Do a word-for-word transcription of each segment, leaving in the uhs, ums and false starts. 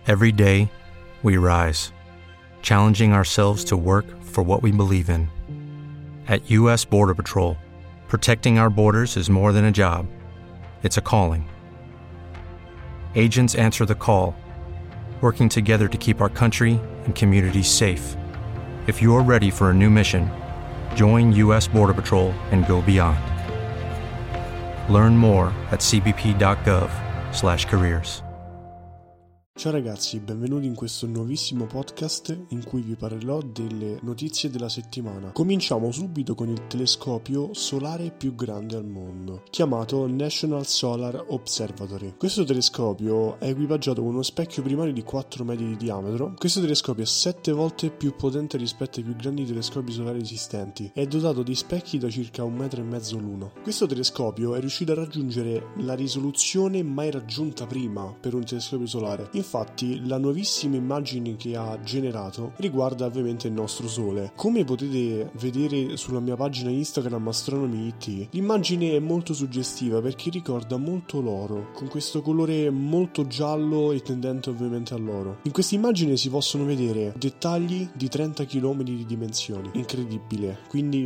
Every day, we rise, challenging ourselves to work for what we believe in. At U S Border Patrol, protecting our borders is more than a job. It's a calling. Agents answer the call, working together to keep our country and communities safe. If you're ready for a new mission, join U S Border Patrol and go beyond. Learn more at c b p dot gov slash careers. Ciao ragazzi, benvenuti in questo nuovissimo podcast in cui vi parlerò delle notizie della settimana. Cominciamo subito con il telescopio solare più grande al mondo, chiamato National Solar Observatory. Questo telescopio è equipaggiato con uno specchio primario di quattro metri di diametro. Questo telescopio è sette volte più potente rispetto ai più grandi telescopi solari esistenti e è dotato di specchi da circa un metro e mezzo l'uno. Questo telescopio è riuscito a raggiungere la risoluzione mai raggiunta prima per un telescopio solare. Infatti, la nuovissima immagine che ha generato riguarda ovviamente il nostro Sole. Come potete vedere sulla mia pagina Instagram Astronomy I T, l'immagine è molto suggestiva perché ricorda molto l'oro, con questo colore molto giallo e tendente ovviamente all'oro. In questa immagine si possono vedere dettagli di trenta chilometri di dimensioni, incredibile. Quindi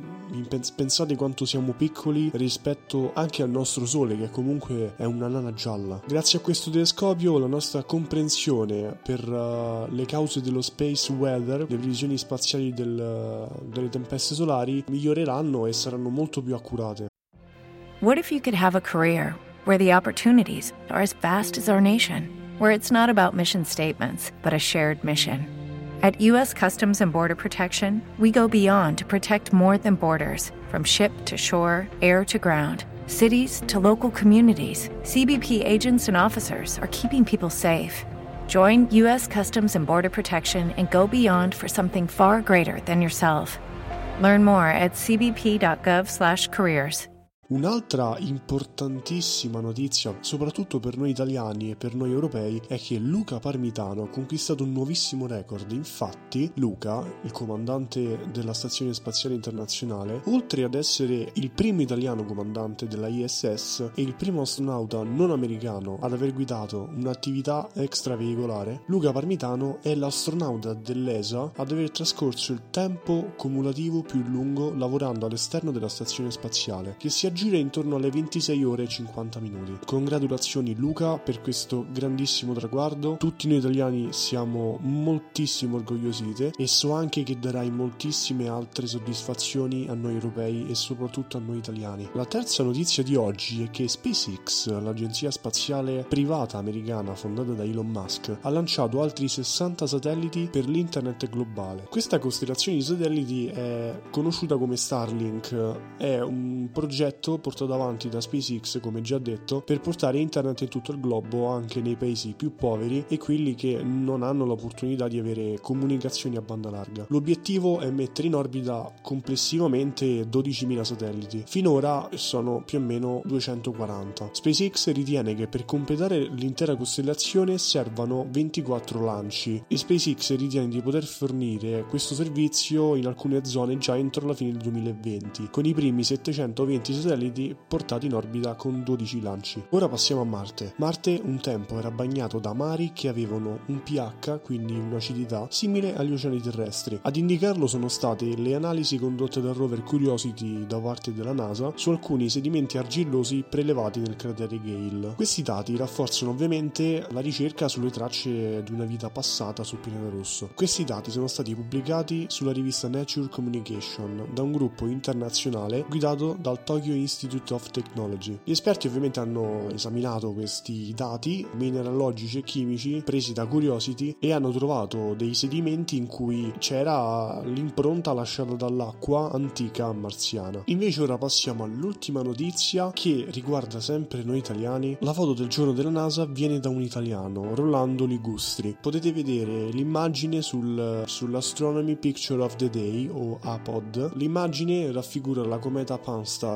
pensate quanto siamo piccoli rispetto anche al nostro Sole, che comunque è una nana gialla. Grazie a questo telescopio la nostra comprensione per uh, le cause dello space weather, le previsioni spaziali del, uh, delle tempeste solari miglioreranno e saranno molto più accurate. What if you could have a career where the opportunities are as vast as our nation, where it's not about mission statements, but a shared mission? At U S Customs and Border Protection, we go beyond to protect more than borders, from ship to shore, air to ground. Cities to local communities, C B P agents and officers are keeping people safe. Join U S Customs and Border Protection and go beyond for something far greater than yourself. Learn more at c b p dot gov slash careers. Un'altra importantissima notizia, soprattutto per noi italiani e per noi europei, è che Luca Parmitano ha conquistato un nuovissimo record. Infatti, Luca, il comandante della Stazione Spaziale Internazionale, oltre ad essere il primo italiano comandante della I S S e il primo astronauta non americano ad aver guidato un'attività extraveicolare, Luca Parmitano è l'astronauta dell'E S A ad aver trascorso il tempo cumulativo più lungo lavorando all'esterno della Stazione Spaziale, che si aggira intorno alle ventisei ore e cinquanta minuti. Congratulazioni Luca per questo grandissimo traguardo. Tutti noi italiani siamo moltissimo orgogliosi di te e so anche che darai moltissime altre soddisfazioni a noi europei e soprattutto a noi italiani. La terza notizia di oggi è che SpaceX, l'agenzia spaziale privata americana fondata da Elon Musk, ha lanciato altri sessanta satelliti per l'internet globale. Questa costellazione di satelliti è conosciuta come Starlink, è un progetto portato avanti da SpaceX, come già detto, per portare internet in tutto il globo, anche nei paesi più poveri e quelli che non hanno l'opportunità di avere comunicazioni a banda larga. L'obiettivo è mettere in orbita complessivamente dodicimila satelliti. Finora sono più o meno duecentoquaranta. SpaceX ritiene che per completare l'intera costellazione servano ventiquattro lanci e SpaceX ritiene di poter fornire questo servizio in alcune zone già entro la fine del duemilaventi, con i primi settecentoventi satelliti portati in orbita con dodici lanci. Ora passiamo a Marte. Marte un tempo era bagnato da mari che avevano un pH, quindi un'acidità, simile agli oceani terrestri. Ad indicarlo sono state le analisi condotte dal rover Curiosity da parte della NASA su alcuni sedimenti argillosi prelevati nel cratere Gale. Questi dati rafforzano ovviamente la ricerca sulle tracce di una vita passata sul pianeta rosso. Questi dati sono stati pubblicati sulla rivista Nature Communication da un gruppo internazionale guidato dal Tokyo Institute of Technology. Gli esperti ovviamente hanno esaminato questi dati mineralogici e chimici presi da Curiosity e hanno trovato dei sedimenti in cui c'era l'impronta lasciata dall'acqua antica marziana. Invece ora passiamo all'ultima notizia che riguarda sempre noi italiani. La foto del giorno della NASA viene da un italiano, Rolando Ligustri. Potete vedere l'immagine sul, sull'Astronomy Picture of the Day o A P O D. L'immagine raffigura la cometa Pan-STARRS,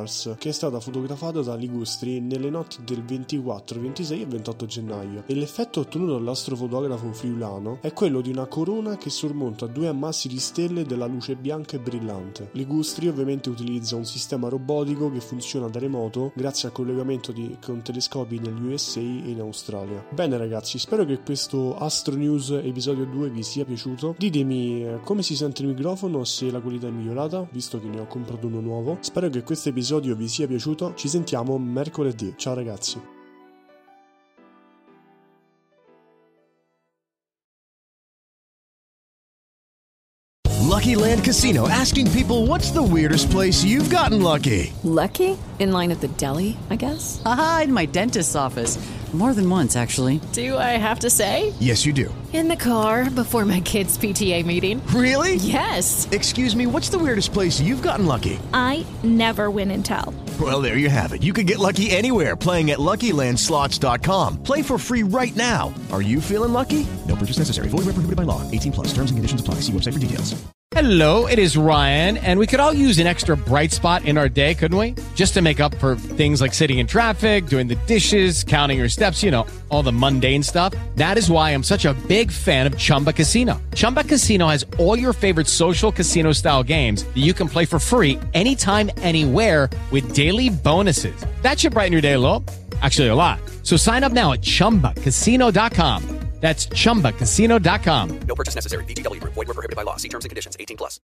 che è stata fotografata da Ligustri nelle notti del ventiquattro, ventisei e ventotto gennaio, e l'effetto ottenuto dall'astrofotografo friulano è quello di una corona che sormonta due ammassi di stelle della luce bianca e brillante. Ligustri ovviamente utilizza un sistema robotico che funziona da remoto grazie al collegamento di, con telescopi negli U S A e in Australia. Bene ragazzi, spero che questo Astro News episodio due vi sia piaciuto. Ditemi eh, come si sente il microfono, se la qualità è migliorata, visto che ne ho comprato uno nuovo. Spero che questo episodio vi sia piaciuto. Ci sentiamo mercoledì. Ciao ragazzi. Lucky Land Casino, asking people, what's the weirdest place you've gotten lucky? Lucky? In line at the deli, I guess? Aha, in my dentist's office. More than once, actually. Do I have to say? Yes, you do. In the car before my kids' P T A meeting. Really? Yes. Excuse me, what's the weirdest place you've gotten lucky? I never win and tell. Well, there you have it. You can get lucky anywhere, playing at Lucky Land Slots dot com. Play for free right now. Are you feeling lucky? No purchase necessary. Void where prohibited by law. eighteen plus. Terms and conditions apply. See website for details. Hello, it is Ryan, and we could all use an extra bright spot in our day, couldn't we? Just to make up for things like sitting in traffic, doing the dishes, counting your steps, you know, all the mundane stuff. That is why I'm such a big fan of Chumba Casino. Chumba Casino has all your favorite social casino-style games that you can play for free anytime, anywhere with daily bonuses. That should brighten your day a little. Actually, a lot. So sign up now at chumba casino dot com. That's chumba casino dot com. No purchase necessary. V G W Group. Void where prohibited by law. See terms and conditions. eighteen plus.